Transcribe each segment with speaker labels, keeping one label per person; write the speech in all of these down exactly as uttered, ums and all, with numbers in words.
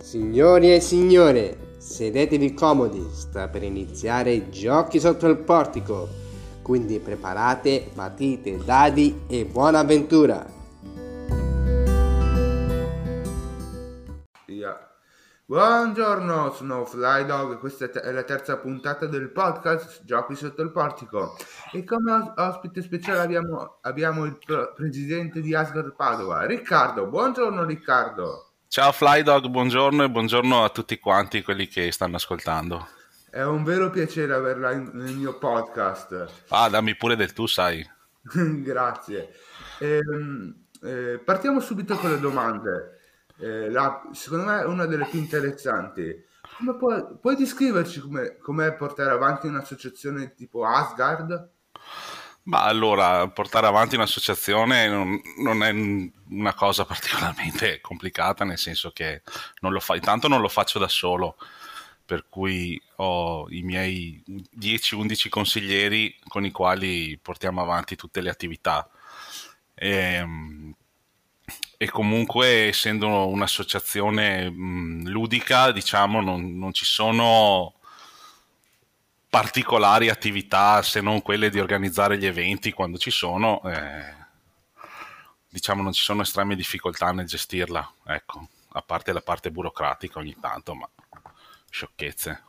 Speaker 1: Signori e signore, sedetevi comodi, sta per iniziare Giochi sotto il portico, quindi preparate matite, dadi e buona avventura!
Speaker 2: Yeah. Buongiorno, sono Flydog, questa è la terza puntata del podcast Giochi sotto il portico e come os- ospite speciale abbiamo, abbiamo il pro- presidente di Asgard Padova, Riccardo. Buongiorno Riccardo.
Speaker 3: Ciao Flydog, buongiorno e buongiorno a tutti quanti quelli che stanno ascoltando.
Speaker 2: È un vero piacere averla in- nel mio podcast.
Speaker 3: Ah, dammi pure del tu, sai.
Speaker 2: Grazie. Ehm, eh, partiamo subito con le domande. Eh, la- secondo me è una delle più interessanti. Come puoi, puoi descriverci come com'è portare avanti un'associazione tipo Asgard?
Speaker 3: Ma allora, portare avanti un'associazione non, non è una cosa particolarmente complicata, nel senso che non lo fa, intanto non lo faccio da solo, per cui ho i miei dieci undici consiglieri con i quali portiamo avanti tutte le attività. E, e comunque, essendo un'associazione mh, ludica, diciamo, non, non ci sono particolari attività se non quelle di organizzare gli eventi quando ci sono, eh, diciamo non ci sono estreme difficoltà nel gestirla, ecco, a parte la parte burocratica ogni tanto, ma sciocchezze.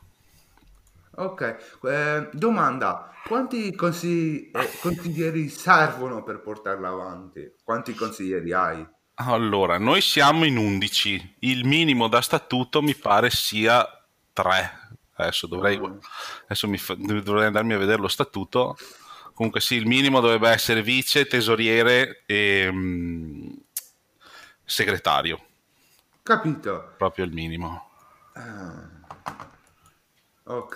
Speaker 2: Ok, eh, domanda, quanti consigli- eh, consiglieri servono per portarla avanti? Quanti consiglieri hai?
Speaker 3: Allora, noi siamo in undici, il minimo da statuto mi pare sia tre. Adesso dovrei,
Speaker 2: Ah,
Speaker 3: adesso mi fa- dovrei andarmi a vedere lo statuto. Comunque sì, il minimo dovrebbe essere vice, tesoriere e mm, segretario,
Speaker 2: capito.
Speaker 3: proprio il minimo.
Speaker 2: Ah, ok.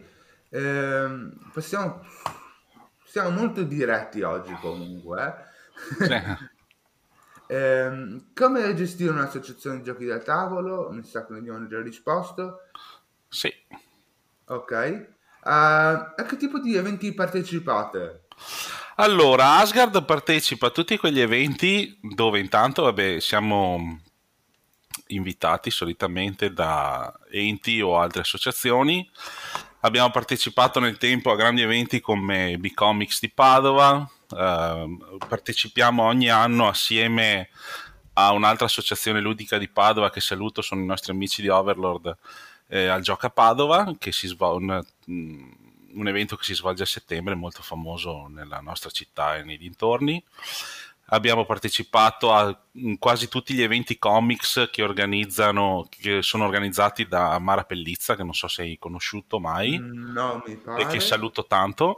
Speaker 2: Ehm, passiamo, siamo molto diretti oggi comunque.
Speaker 3: Sì,
Speaker 2: eh. Ehm, come gestire un'associazione di giochi da tavolo? Mi sa che ne abbiamo già risposto.
Speaker 3: sì.
Speaker 2: Ok. Ah, a che tipo di eventi partecipate?
Speaker 3: Allora, Asgard partecipa a tutti quegli eventi dove intanto, vabbè, siamo invitati solitamente da enti o altre associazioni. Abbiamo partecipato nel tempo a grandi eventi come B-Comics di Padova, eh, partecipiamo ogni anno assieme a un'altra associazione ludica di Padova che saluto, sono i nostri amici di Overlord, eh, al Gioca Padova, che si svolge un, un evento che si svolge a settembre, molto famoso nella nostra città e nei dintorni. Abbiamo partecipato a quasi tutti gli eventi comics che organizzano, che sono organizzati da Mara Pellizza, che non so se hai conosciuto mai,
Speaker 2: Mm, no, mi
Speaker 3: e che
Speaker 2: pare.
Speaker 3: saluto tanto.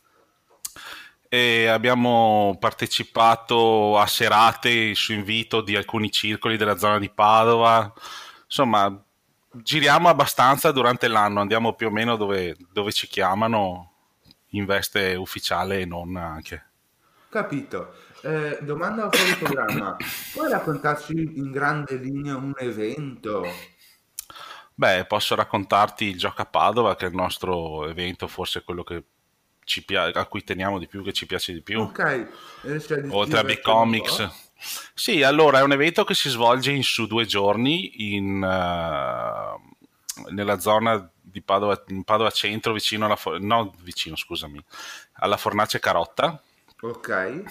Speaker 3: E abbiamo partecipato a serate su invito di alcuni circoli della zona di Padova. Insomma, giriamo abbastanza durante l'anno, andiamo più o meno dove, dove ci chiamano in veste ufficiale e non anche.
Speaker 2: Capito. Eh, domanda fuori programma. Puoi raccontarci in grandi linee un evento?
Speaker 3: Beh, posso raccontarti il Gioca Padova, che è il nostro evento, forse quello che ci pia- a cui teniamo di più, che ci piace di più,
Speaker 2: Ok, riesci a
Speaker 3: oltre a Big
Speaker 2: descrivercelo un
Speaker 3: Comics.
Speaker 2: po'?
Speaker 3: Sì, allora è un evento che si svolge in su due giorni in, eh, nella zona di Padova, in Padova Centro, vicino alla, for- no, vicino, scusami, alla Fornace Carotta.
Speaker 2: Ok.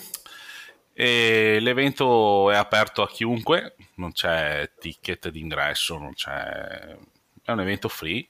Speaker 3: E l'evento è aperto a chiunque, non c'è ticket d'ingresso, non c'è... è un evento free.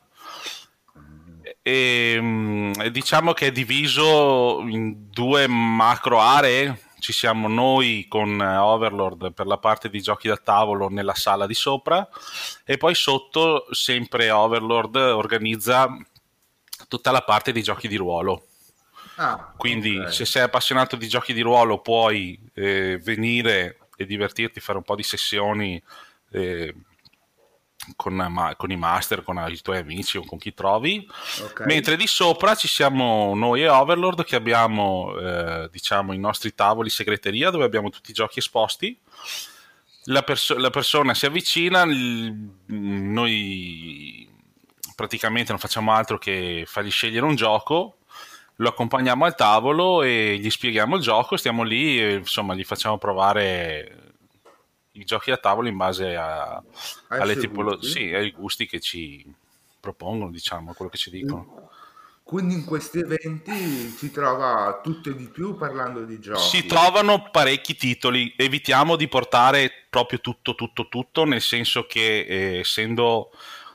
Speaker 3: E, mm, diciamo che è diviso in due macro aree. Ci siamo noi con eh, Overlord per la parte di giochi da tavolo nella sala di sopra, e poi sotto sempre Overlord organizza tutta la parte di giochi di ruolo.
Speaker 2: Ah, ok.
Speaker 3: Quindi se sei appassionato di giochi di ruolo puoi eh, venire e divertirti, fare un po' di sessioni eh, con, ma- con i master, con i tuoi amici o con chi trovi.
Speaker 2: Ok.
Speaker 3: Mentre di sopra ci siamo noi e Overlord, che abbiamo eh, diciamo i nostri tavoli segreteria dove abbiamo tutti i giochi esposti. La, perso- la persona si avvicina, il- noi praticamente non facciamo altro che fargli scegliere un gioco, lo accompagniamo al tavolo e gli spieghiamo il gioco, stiamo lì e insomma gli facciamo provare i giochi da tavolo in base a,
Speaker 2: Ai
Speaker 3: alle
Speaker 2: suoi
Speaker 3: tipolo-
Speaker 2: gusti?
Speaker 3: sì, ai gusti che ci propongono, diciamo, quello che ci dicono.
Speaker 2: Quindi in questi eventi si trova tutto e di più parlando di
Speaker 3: Si
Speaker 2: giochi.
Speaker 3: trovano parecchi titoli, evitiamo di portare proprio tutto, tutto, tutto, nel senso che eh, essendo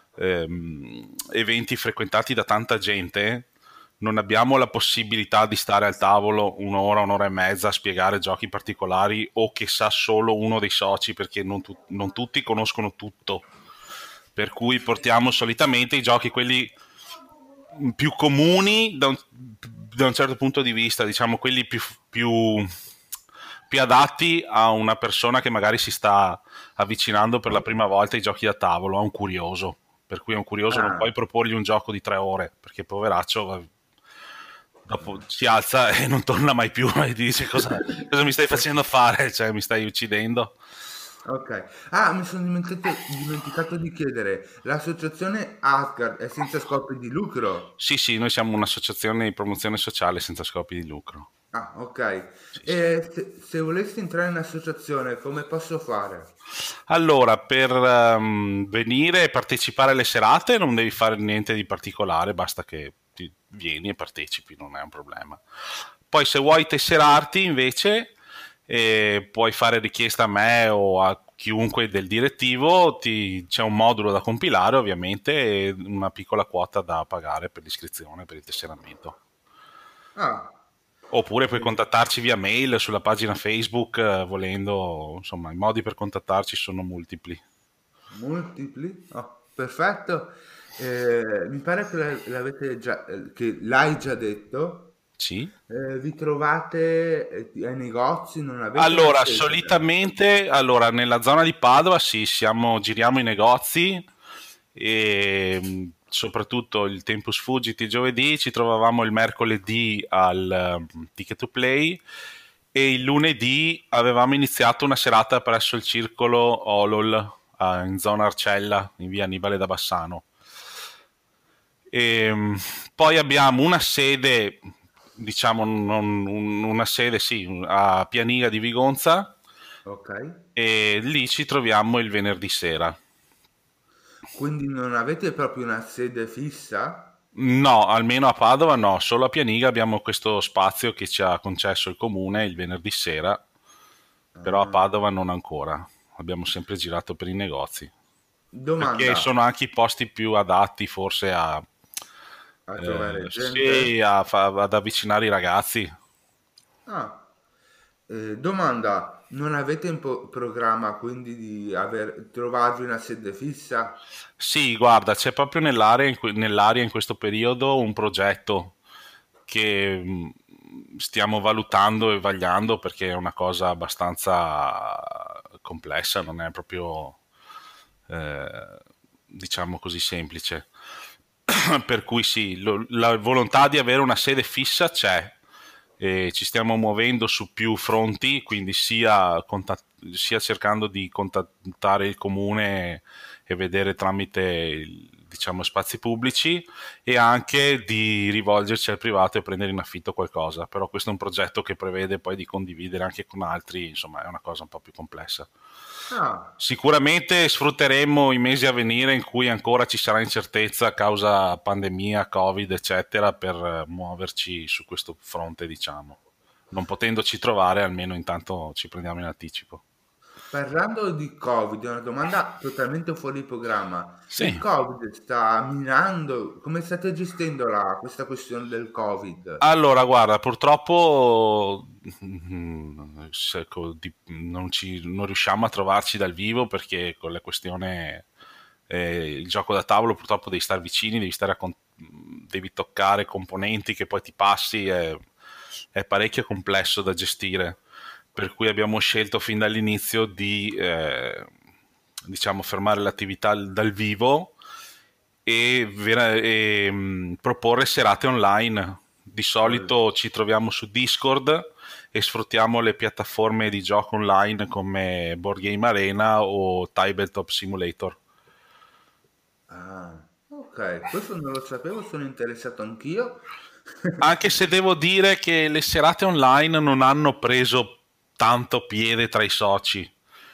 Speaker 3: ehm, eventi frequentati da tanta gente, non abbiamo la possibilità di stare al tavolo un'ora, un'ora e mezza a spiegare giochi particolari o che sa solo uno dei soci, perché non, tu- non tutti conoscono tutto. Per cui portiamo solitamente i giochi, quelli più comuni da un, da un certo punto di vista, diciamo quelli più, più, più adatti a una persona che magari si sta avvicinando per la prima volta ai giochi da tavolo, a un curioso. Per cui a un curioso non puoi
Speaker 2: Ah,
Speaker 3: proporgli un gioco di tre ore, perché poveraccio eh, dopo si alza e non torna mai più e ti dice cosa, cosa mi stai facendo fare, cioè mi stai uccidendo.
Speaker 2: ok. Ah, mi sono dimenticato, dimenticato di chiedere, l'associazione Asgard è senza scopi di lucro?
Speaker 3: Sì, sì, noi siamo un'associazione di promozione sociale senza scopi di lucro.
Speaker 2: Ah, ok.
Speaker 3: Sì, sì.
Speaker 2: E se, se volessi entrare in associazione, come posso fare?
Speaker 3: Allora, per ehm, venire e partecipare alle serate non devi fare niente di particolare, basta che ti vieni e partecipi, non è un problema. Poi se vuoi tesserarti invece eh, puoi fare richiesta a me o a chiunque del direttivo, ti- c'è un modulo da compilare ovviamente e una piccola quota da pagare per l'iscrizione, per il tesseramento.
Speaker 2: Ah,
Speaker 3: Oppure puoi
Speaker 2: eh,
Speaker 3: contattarci via mail sulla pagina Facebook, eh, volendo, insomma, i modi per contattarci sono multipli.
Speaker 2: multipli? Oh, perfetto. Eh, mi pare che la- l'avete già, eh, che l'hai già detto.
Speaker 3: Sì.
Speaker 2: Eh, vi trovate eh, ai negozi, non avete una
Speaker 3: Allora,
Speaker 2: sede?
Speaker 3: solitamente, allora, nella zona di Padova sì, siamo, giriamo i negozi e mh, soprattutto il Tempus Fugit il giovedì, ci trovavamo il mercoledì al um, Ticket to Play e il lunedì avevamo iniziato una serata presso il circolo Olol eh, in zona Arcella, in via Annibale da Bassano. E, mh, poi abbiamo una sede, diciamo non- un- una sede sì, a Pianiga di Vigonza
Speaker 2: Ok.
Speaker 3: e lì ci troviamo il venerdì sera.
Speaker 2: Quindi non avete proprio una sede fissa?
Speaker 3: No, almeno a Padova no, solo a Pianiga abbiamo questo spazio che ci ha concesso il comune il venerdì sera, però a
Speaker 2: Ah.
Speaker 3: Padova non ancora. Abbiamo sempre girato per i negozi, perché
Speaker 2: Domanda,
Speaker 3: sono anche i posti più adatti forse a,
Speaker 2: a
Speaker 3: eh,
Speaker 2: trovare
Speaker 3: sì,
Speaker 2: gente?
Speaker 3: a fa- ad avvicinare i ragazzi.
Speaker 2: Ah, eh, domanda, non avete in po- programma quindi di aver, trovarvi una sede fissa?
Speaker 3: Sì, guarda, c'è proprio nell'area in, que- nell'area in questo periodo un progetto che mh, stiamo valutando e vagliando perché è una cosa abbastanza complessa, non è proprio, eh, diciamo così, semplice. Per cui sì, lo- la volontà di avere una sede fissa c'è e ci stiamo muovendo su più fronti, quindi sia, contat- sia cercando di contattare il comune e vedere tramite il- diciamo spazi pubblici e anche di rivolgerci al privato e prendere in affitto qualcosa, però questo è un progetto che prevede poi di condividere anche con altri, insomma è una cosa un po' più complessa.
Speaker 2: Ah,
Speaker 3: Sicuramente sfrutteremo i mesi a venire in cui ancora ci sarà incertezza a causa pandemia, Covid, eccetera, per eh, muoverci su questo fronte, diciamo. Non potendoci trovare, almeno intanto ci prendiamo in anticipo.
Speaker 2: parlando di Covid, è una domanda totalmente fuori programma. Il
Speaker 3: Sì.
Speaker 2: Covid sta minando, come state gestendo la- questa questione del Covid?
Speaker 3: Allora, guarda, purtroppo mm, se- co- di- non, ci- non riusciamo a trovarci dal vivo perché con la questione, eh, il gioco da tavolo purtroppo devi stare vicini, devi, stare a con- devi toccare componenti che poi ti passi, è, è parecchio complesso da gestire, per cui abbiamo scelto fin dall'inizio di, eh, diciamo, fermare l'attività dal vivo e, vera- e, mh, proporre serate online. Di
Speaker 2: Oh,
Speaker 3: solito ci troviamo su Discord e sfruttiamo le piattaforme di gioco online come Board Game Arena o Tabletop Simulator.
Speaker 2: ah, ok, questo non lo sapevo, sono interessato anch'io.
Speaker 3: Anche se devo dire che le serate online non hanno preso tanto piede tra i soci,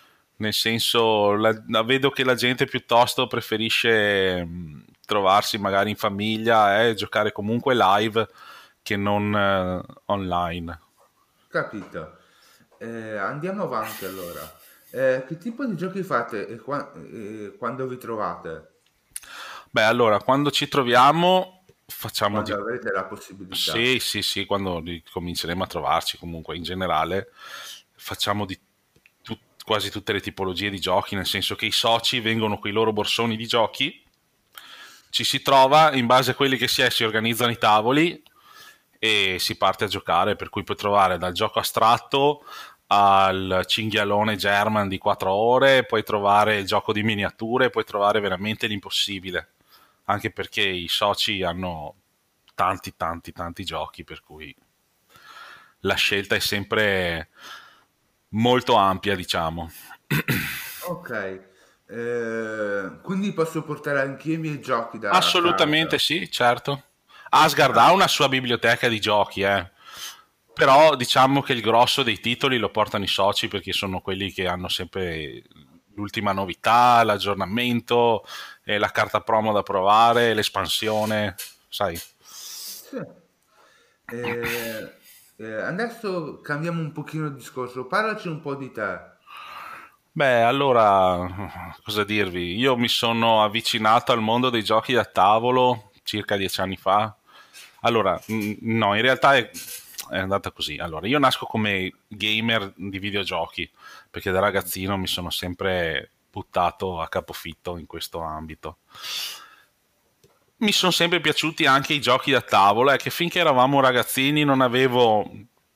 Speaker 3: nel senso la, la vedo che la gente piuttosto preferisce mh, trovarsi magari in famiglia e eh, giocare comunque live che non eh, online.
Speaker 2: Capito. Eh, andiamo avanti allora. Eh, che tipo di giochi fate e, qua- e quando vi trovate?
Speaker 3: Beh, allora, quando ci troviamo facciamo
Speaker 2: Quando
Speaker 3: di...
Speaker 2: avrete la possibilità?
Speaker 3: Sì, sì, sì, quando cominceremo a trovarci comunque in generale facciamo di tut- quasi tutte le tipologie di giochi, nel senso che i soci vengono con i loro borsoni di giochi, ci si trova, in base a quelli che si è, si organizzano i tavoli e si parte a giocare, per cui puoi trovare dal gioco astratto al cinghialone German di quattro ore, puoi trovare il gioco di miniature, puoi trovare veramente l'impossibile, anche perché i soci hanno tanti tanti tanti giochi, per cui la scelta è sempre molto ampia, diciamo.
Speaker 2: Ok. Eh, quindi posso portare anche i miei giochi da
Speaker 3: Assolutamente
Speaker 2: casa?
Speaker 3: sì, certo. Asgard ha
Speaker 2: Ah,
Speaker 3: una sua biblioteca di giochi, eh. Però diciamo che il grosso dei titoli lo portano i soci perché sono quelli che hanno sempre l'ultima novità, l'aggiornamento, eh, la carta promo da provare, l'espansione, sai.
Speaker 2: sì. Eh, eh, adesso cambiamo un pochino il discorso. Parlaci un po' di te.
Speaker 3: Beh, allora, cosa dirvi? Io mi sono avvicinato al mondo dei giochi da tavolo circa dieci anni fa. Allora, mm, no, in realtà è, è andata così. Allora, io nasco come gamer di videogiochi, perché da ragazzino mi sono sempre buttato a capofitto in questo ambito. Mi sono sempre piaciuti anche i giochi da tavolo, è che finché eravamo ragazzini non avevo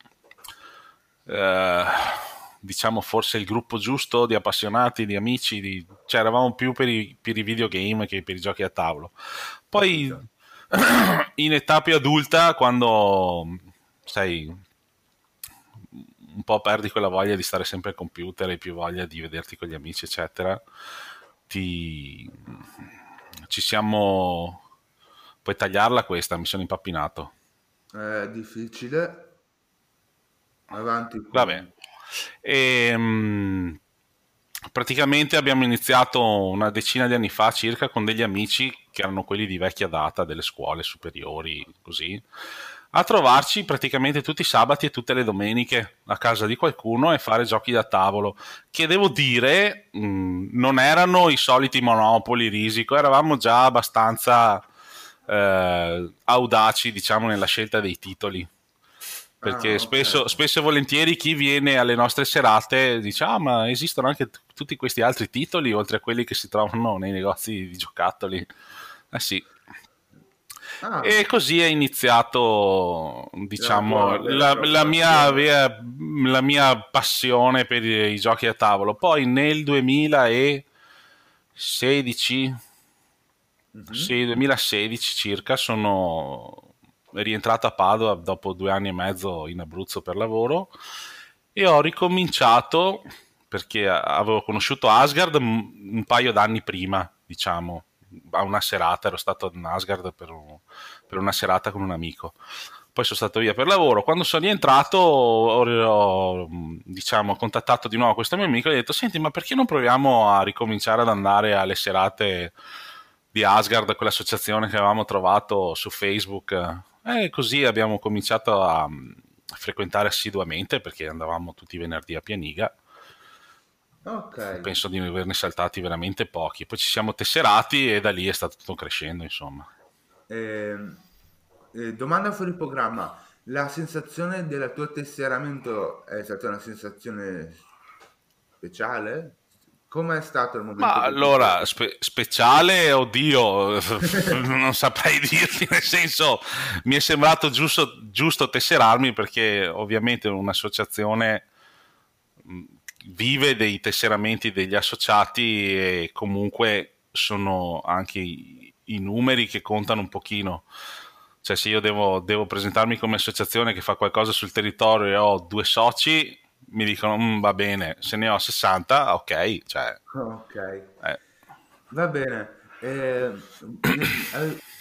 Speaker 3: eh, diciamo forse il gruppo giusto di appassionati, di amici, di... cioè eravamo più per i, per i videogame che per i giochi a tavolo. Poi
Speaker 2: Capito?
Speaker 3: in età più adulta, quando sai un po' perdi quella voglia di stare sempre al computer e più voglia di vederti con gli amici, eccetera, ti... ci siamo... Puoi tagliarla questa, mi sono impappinato.
Speaker 2: È difficile. Avanti
Speaker 3: Vabbè.
Speaker 2: con...
Speaker 3: E, mh, praticamente abbiamo iniziato una decina di anni fa circa con degli amici che erano quelli di vecchia data, delle scuole superiori, così, a trovarci praticamente tutti i sabati e tutte le domeniche a casa di qualcuno e fare giochi da tavolo, che devo dire mh, non erano i soliti Monopoli, Risico, eravamo già abbastanza eh, audaci, diciamo, nella scelta dei titoli, perché
Speaker 2: Ah, ok.
Speaker 3: spesso, spesso e volentieri chi viene alle nostre serate dice ah ma esistono anche t- tutti questi altri titoli oltre a quelli che si trovano nei negozi di giocattoli. Eh sì.
Speaker 2: Ah,
Speaker 3: E così è iniziato,
Speaker 2: la
Speaker 3: diciamo,
Speaker 2: tua vera e
Speaker 3: la, la
Speaker 2: propria
Speaker 3: mia,
Speaker 2: passione.
Speaker 3: via- la mia passione per i, i giochi a tavolo. Poi nel duemilasedici, sì,
Speaker 2: Mhm.
Speaker 3: duemilasedici circa, sono rientrato a Padova dopo due anni e mezzo in Abruzzo per lavoro e ho ricominciato perché avevo conosciuto Asgard un un paio d'anni prima, diciamo, a una serata, ero stato in Asgard per, un- per una serata con un amico. Poi sono stato via per lavoro. Quando sono rientrato, ho, ho, diciamo, contattato di nuovo questo mio amico e gli ho detto: Senti, ma perché non proviamo a ricominciare ad andare alle serate di Asgard, quell'associazione che avevamo trovato su Facebook? E così abbiamo cominciato a, a frequentare assiduamente perché andavamo tutti i venerdì a Pianiga.
Speaker 2: Ok.
Speaker 3: Penso di averne saltati veramente pochi. Poi ci siamo tesserati e da lì è stato tutto crescendo, insomma.
Speaker 2: Ehm, eh, domanda fuori programma. La sensazione del tuo tesseramento è stata una sensazione speciale? Com'è stato il
Speaker 3: Ma
Speaker 2: momento che ti sei...
Speaker 3: allora, spe- speciale, oddio, non saprei dirti, nel senso, mi è sembrato giusto, giusto tesserarmi perché ovviamente un'associazione mh, vive dei tesseramenti degli associati e comunque sono anche i, i numeri che contano un pochino. Cioè se io devo, devo presentarmi come associazione che fa qualcosa sul territorio e ho due soci, mi dicono "Mm, va bene, se ne ho sessanta, ok, cioè...
Speaker 2: Ok,
Speaker 3: eh,
Speaker 2: va bene. Ehm, ne- eh,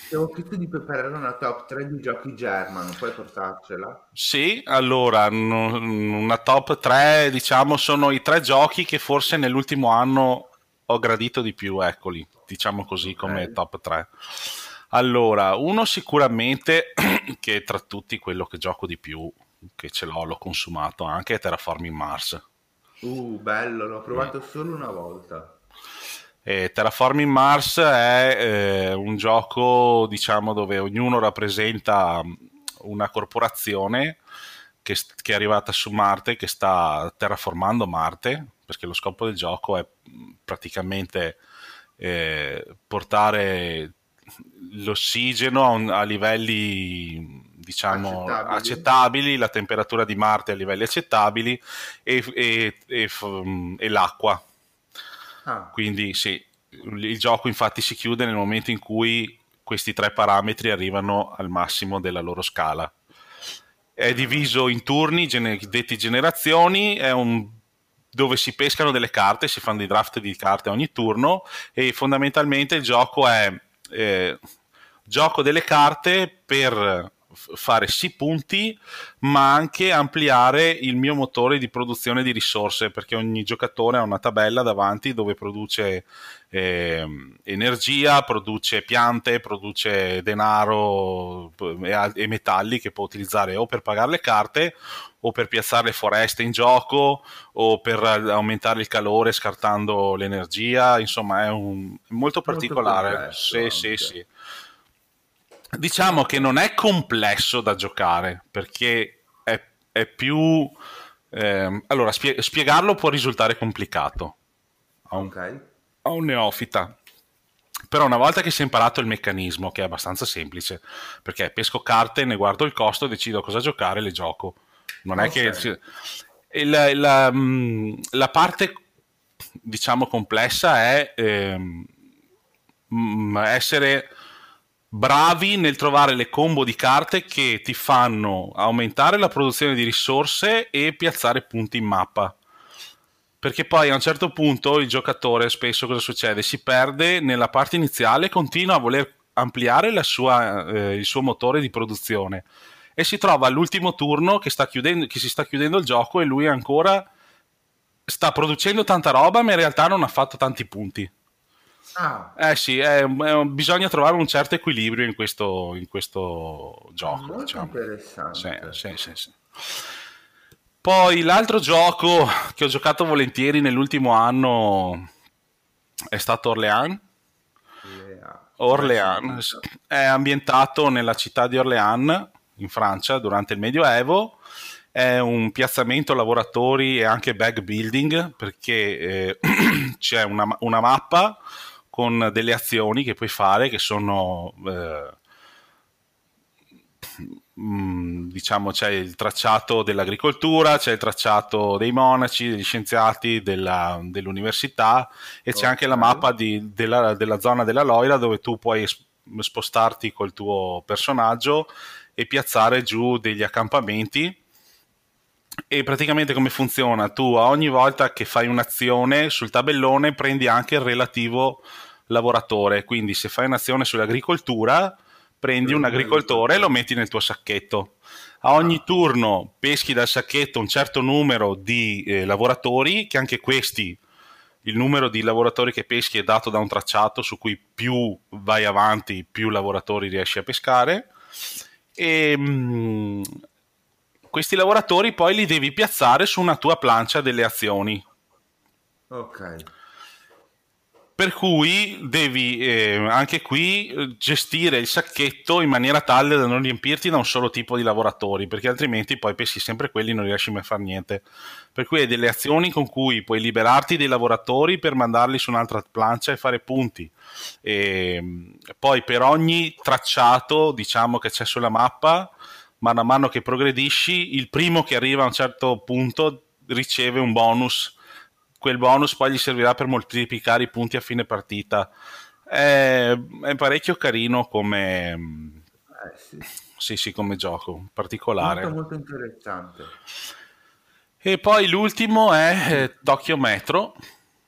Speaker 2: Ti avevo chiesto di preparare una top tre di giochi German, puoi portarcela?
Speaker 3: Sì, allora, n- una top tre, diciamo, sono i tre giochi che forse nell'ultimo anno ho gradito di più, eccoli, diciamo così
Speaker 2: Ok.
Speaker 3: come top tre. Allora, uno sicuramente, che tra tutti quello che gioco di più, che ce l'ho, l'ho consumato anche, è Terraforming Mars.
Speaker 2: Uh, bello, l'ho
Speaker 3: Mm.
Speaker 2: provato solo una volta.
Speaker 3: E Terraforming Mars è eh, un gioco, diciamo, dove ognuno rappresenta una corporazione che, che è arrivata su Marte, che sta terraformando Marte, perché lo scopo del gioco è praticamente eh, portare l'ossigeno a, un- a livelli diciamo
Speaker 2: Accettabili?
Speaker 3: accettabili, la temperatura di Marte a livelli accettabili e, e- e f- e l'acqua.
Speaker 2: Ah,
Speaker 3: Quindi sì, il gioco infatti si chiude nel momento in cui questi tre parametri arrivano al massimo della loro scala. È
Speaker 2: ah,
Speaker 3: diviso in turni, gene- detti generazioni, è un dove si pescano delle carte, si fanno dei draft di carte ogni turno e fondamentalmente il gioco è eh, gioco delle carte per f- fare sì punti, ma anche ampliare il mio motore di produzione di risorse, perché ogni giocatore ha una tabella davanti dove produce eh, energia, produce piante, produce denaro e, e metalli che può utilizzare o per pagare le carte o per piazzare le foreste in gioco o per aumentare il calore scartando l'energia, insomma è un, molto
Speaker 2: molto
Speaker 3: particolare.
Speaker 2: complesso
Speaker 3: Sì, sì,
Speaker 2: anche.
Speaker 3: sì. Diciamo che
Speaker 2: Ok,
Speaker 3: non è complesso da giocare perché è, è più... ehm, allora, spie- spiegarlo può risultare complicato a un,
Speaker 2: ok.
Speaker 3: a un neofita. Però una volta che si è imparato il meccanismo, che è abbastanza semplice, perché pesco carte, ne guardo il costo, decido cosa giocare e le gioco. Non è
Speaker 2: Ok.
Speaker 3: che... il- la, mm, la parte, diciamo, complessa è ehm, mm, essere bravi nel trovare le combo di carte che ti fanno aumentare la produzione di risorse e piazzare punti in mappa. Perché poi a un certo punto il giocatore spesso cosa succede? Si perde nella parte iniziale, continua a voler ampliare la sua, eh, il suo motore di produzione e si trova all'ultimo turno che, sta chiudendo, che si sta chiudendo il gioco e lui ancora sta producendo tanta roba ma in realtà non ha fatto tanti punti.
Speaker 2: Ah,
Speaker 3: Eh sì, è- è- bisogna trovare un certo equilibrio in questo, in questo gioco,
Speaker 2: molto
Speaker 3: diciamo. Sì,
Speaker 2: interessante.
Speaker 3: sì, sì, sì. Poi l'altro gioco che ho giocato volentieri nell'ultimo anno è stato Orléans.
Speaker 2: Le ha mai
Speaker 3: Orléans
Speaker 2: sentito.
Speaker 3: è ambientato nella città di Orléans, in Francia, durante il Medioevo. È un piazzamento lavoratori e anche bag building perché eh, c'è una, una mappa con delle azioni che puoi fare che sono eh, mh, diciamo c'è il tracciato dell'agricoltura, c'è il tracciato dei monaci, degli scienziati, della, dell'università e c'è anche
Speaker 2: Ok.
Speaker 3: la mappa di, della, della zona della Loira dove tu puoi es- spostarti col tuo personaggio e piazzare giù degli accampamenti. E praticamente come funziona? Tu a ogni volta che fai un'azione sul tabellone prendi anche il relativo lavoratore, quindi se fai un'azione sull'agricoltura prendi un
Speaker 2: Prendi un
Speaker 3: agricoltore e lo
Speaker 2: agricoltore.
Speaker 3: metti nel tuo sacchetto. A ogni
Speaker 2: Ah,
Speaker 3: turno peschi dal sacchetto un certo numero di eh, lavoratori, che anche questi, il numero di lavoratori che peschi è dato da un tracciato su cui più vai avanti, più lavoratori riesci a pescare. E mh, questi lavoratori poi li devi piazzare su una tua plancia delle azioni.
Speaker 2: ok.
Speaker 3: Per cui devi eh, anche qui eh, gestire il sacchetto in maniera tale da non riempirti da un solo tipo di lavoratori, perché altrimenti poi peschi sempre quelli e non riesci mai a fare niente. Per cui hai delle azioni con cui puoi liberarti dei lavoratori per mandarli su un'altra plancia e fare punti. E poi per ogni tracciato, diciamo, che c'è sulla mappa, mano a mano che progredisci, il primo che arriva a un certo punto riceve un bonus. Quel bonus poi gli servirà per moltiplicare i punti a fine partita. È, è parecchio carino come,
Speaker 2: Eh sì.
Speaker 3: sì, sì, come gioco,
Speaker 2: Molto
Speaker 3: particolare.
Speaker 2: molto interessante.
Speaker 3: E poi l'ultimo è eh, Tokyo Metro,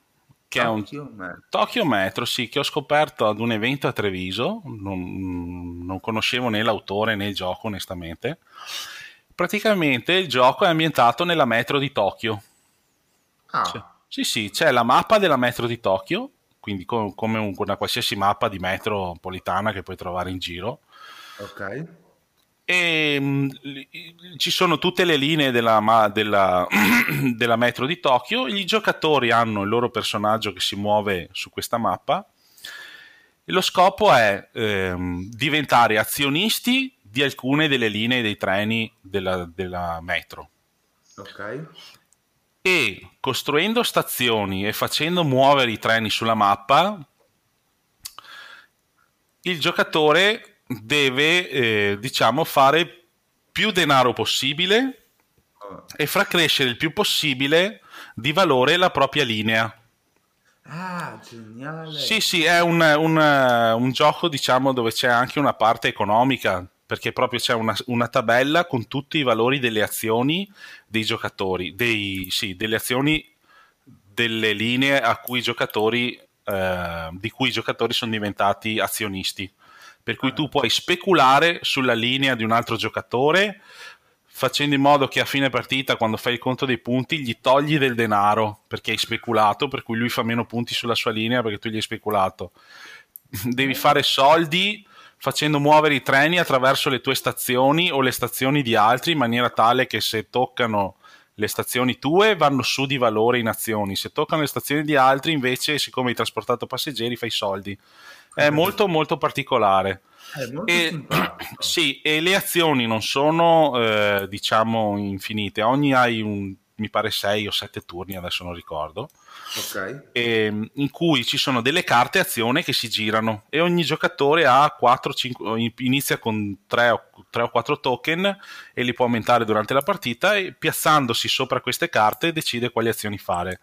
Speaker 3: che è un
Speaker 2: Tokyo Metro.
Speaker 3: Tokyo Metro, sì, che ho scoperto ad un evento a Treviso, non, non conoscevo né l'autore né il gioco onestamente. Praticamente il gioco è ambientato nella metro di Tokyo. Sì,
Speaker 2: Ah,
Speaker 3: sì, sì, c'è la mappa della metro di Tokyo, quindi co- come un- una qualsiasi mappa di metropolitana che puoi trovare in giro.
Speaker 2: ok.
Speaker 3: E mh, li- ci sono tutte le linee della, ma- della- della metro di Tokyo. I giocatori hanno il loro personaggio che si muove su questa mappa. E lo scopo è ehm, diventare azionisti di alcune delle linee dei treni della, della metro.
Speaker 2: Ok.
Speaker 3: E costruendo stazioni e facendo muovere i treni sulla mappa, il giocatore deve, eh, diciamo, fare più denaro possibile
Speaker 2: Oh.
Speaker 3: e far crescere il più possibile di valore la propria linea.
Speaker 2: Ah, geniale.
Speaker 3: Sì, sì, è un, un, un gioco, diciamo, dove c'è anche una parte economica, perché proprio c'è una, una tabella con tutti i valori delle azioni dei giocatori, dei, sì, delle azioni delle linee a cui i giocatori, eh, di cui i giocatori sono diventati azionisti. Per cui tu
Speaker 2: Ah,
Speaker 3: puoi speculare sulla linea di un altro giocatore facendo in modo che a fine partita, quando fai il conto dei punti, gli togli del denaro perché hai speculato, per cui lui fa meno punti sulla sua linea perché tu gli hai speculato. Devi
Speaker 2: eh,
Speaker 3: fare soldi facendo muovere i treni attraverso le tue stazioni o le stazioni di altri in maniera tale che se toccano le stazioni tue vanno su di valore in azioni, se toccano le stazioni di altri invece, siccome hai trasportato passeggeri, fai soldi. È molto molto particolare.
Speaker 2: è molto
Speaker 3: E,
Speaker 2: simpatico.
Speaker 3: sì, e le azioni non sono eh, diciamo infinite, ogni hai un, mi pare sei o sette turni, adesso non ricordo,
Speaker 2: Ok.
Speaker 3: e, in cui ci sono delle carte azione che si girano e ogni giocatore ha quattro, cinque, inizia con tre o, tre o quattro token e li può aumentare durante la partita e piazzandosi sopra queste carte decide quali azioni fare.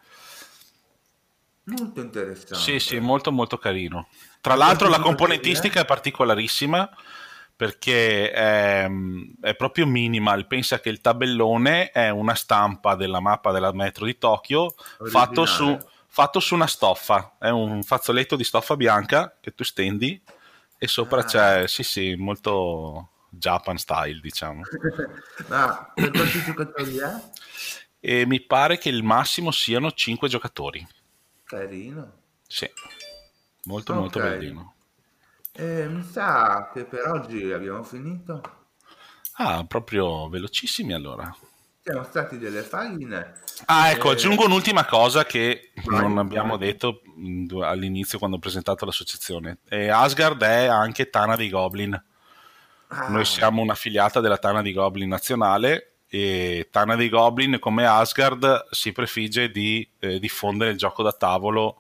Speaker 2: Molto
Speaker 3: Sì, sì,
Speaker 2: interessante.
Speaker 3: molto molto carino. Tra
Speaker 2: E
Speaker 3: l'altro
Speaker 2: quanti
Speaker 3: la
Speaker 2: giocatori è?
Speaker 3: componentistica è particolarissima perché è, è proprio minimal. Pensa che il tabellone è una stampa della mappa della metro di Tokyo fatto su,
Speaker 2: Originale.
Speaker 3: fatto su una stoffa. È un fazzoletto di stoffa bianca che tu stendi e sopra
Speaker 2: Ah.
Speaker 3: c'è, sì sì, molto Japan style, diciamo.
Speaker 2: Ma per quanti giocatori è?
Speaker 3: E mi pare che il massimo siano cinque giocatori.
Speaker 2: Carino.
Speaker 3: Sì, molto
Speaker 2: Ok.
Speaker 3: molto bellino.
Speaker 2: E mi sa che per oggi abbiamo finito.
Speaker 3: Ah, proprio velocissimi allora.
Speaker 2: Siamo stati delle fagline.
Speaker 3: Ah, ecco,
Speaker 2: Eh,
Speaker 3: aggiungo un'ultima cosa che
Speaker 2: vai,
Speaker 3: non abbiamo
Speaker 2: vai.
Speaker 3: detto mh, all'inizio quando ho presentato l'associazione. E Asgard è anche Tana dei Goblin. Noi
Speaker 2: Ah,
Speaker 3: siamo un'affiliata della Tana dei Goblin nazionale e Tana dei Goblin, come Asgard, si prefigge di eh, diffondere il gioco da tavolo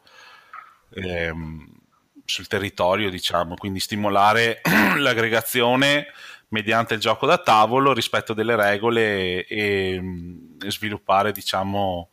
Speaker 3: ehm, sul territorio, diciamo, quindi stimolare l'aggregazione mediante il gioco da tavolo, rispetto delle regole e, e sviluppare, diciamo,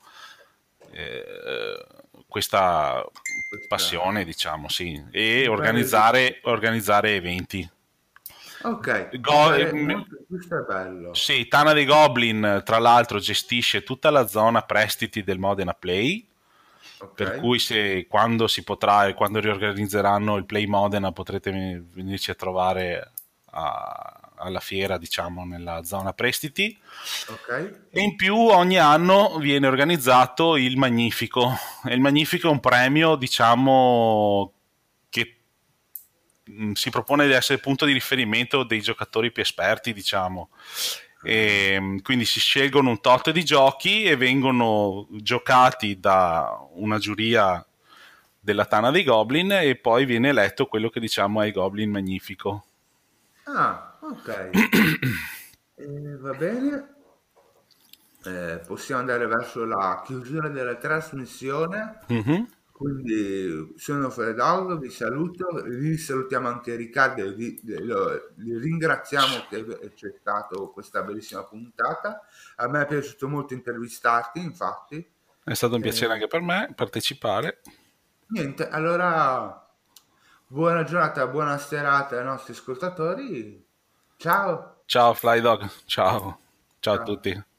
Speaker 3: eh, questa
Speaker 2: questa...
Speaker 3: passione, diciamo, sì, e
Speaker 2: Mi pare di...
Speaker 3: organizzare, organizzare eventi.
Speaker 2: Ok, mi
Speaker 3: Go-
Speaker 2: pare
Speaker 3: ehm,
Speaker 2: molto... Questo è bello.
Speaker 3: sì, Tana dei Goblin, tra l'altro, gestisce tutta la zona prestiti del Modena Play,
Speaker 2: Ok.
Speaker 3: per cui se quando si potrà e quando riorganizzeranno il Play Modena potrete venirci a trovare a- alla fiera, diciamo, nella zona prestiti.
Speaker 2: Ok.
Speaker 3: E in più ogni anno viene organizzato il Magnifico. E il Magnifico è un premio, diciamo, che mh, si propone di essere punto di riferimento dei giocatori più esperti, diciamo.
Speaker 2: Ah,
Speaker 3: E, mh, quindi si scelgono un tot di giochi e vengono giocati da una giuria della Tana dei Goblin e poi viene eletto quello che diciamo è il Goblin Magnifico.
Speaker 2: ah, ok. Eh, va bene. Eh, possiamo andare verso la chiusura della trasmissione.
Speaker 3: Mhm.
Speaker 2: Quindi sono Freddog, vi saluto, vi salutiamo anche Riccardo, e vi, lo- li ringraziamo che c'è stata questa bellissima puntata. A me è piaciuto molto intervistarti, infatti.
Speaker 3: È stato un piacere
Speaker 2: Eh,
Speaker 3: anche per me partecipare.
Speaker 2: niente, allora buona giornata, buona serata ai nostri ascoltatori. Ciao,
Speaker 3: Ciao Flydog, ciao, ciao a
Speaker 2: ciao.
Speaker 3: tutti.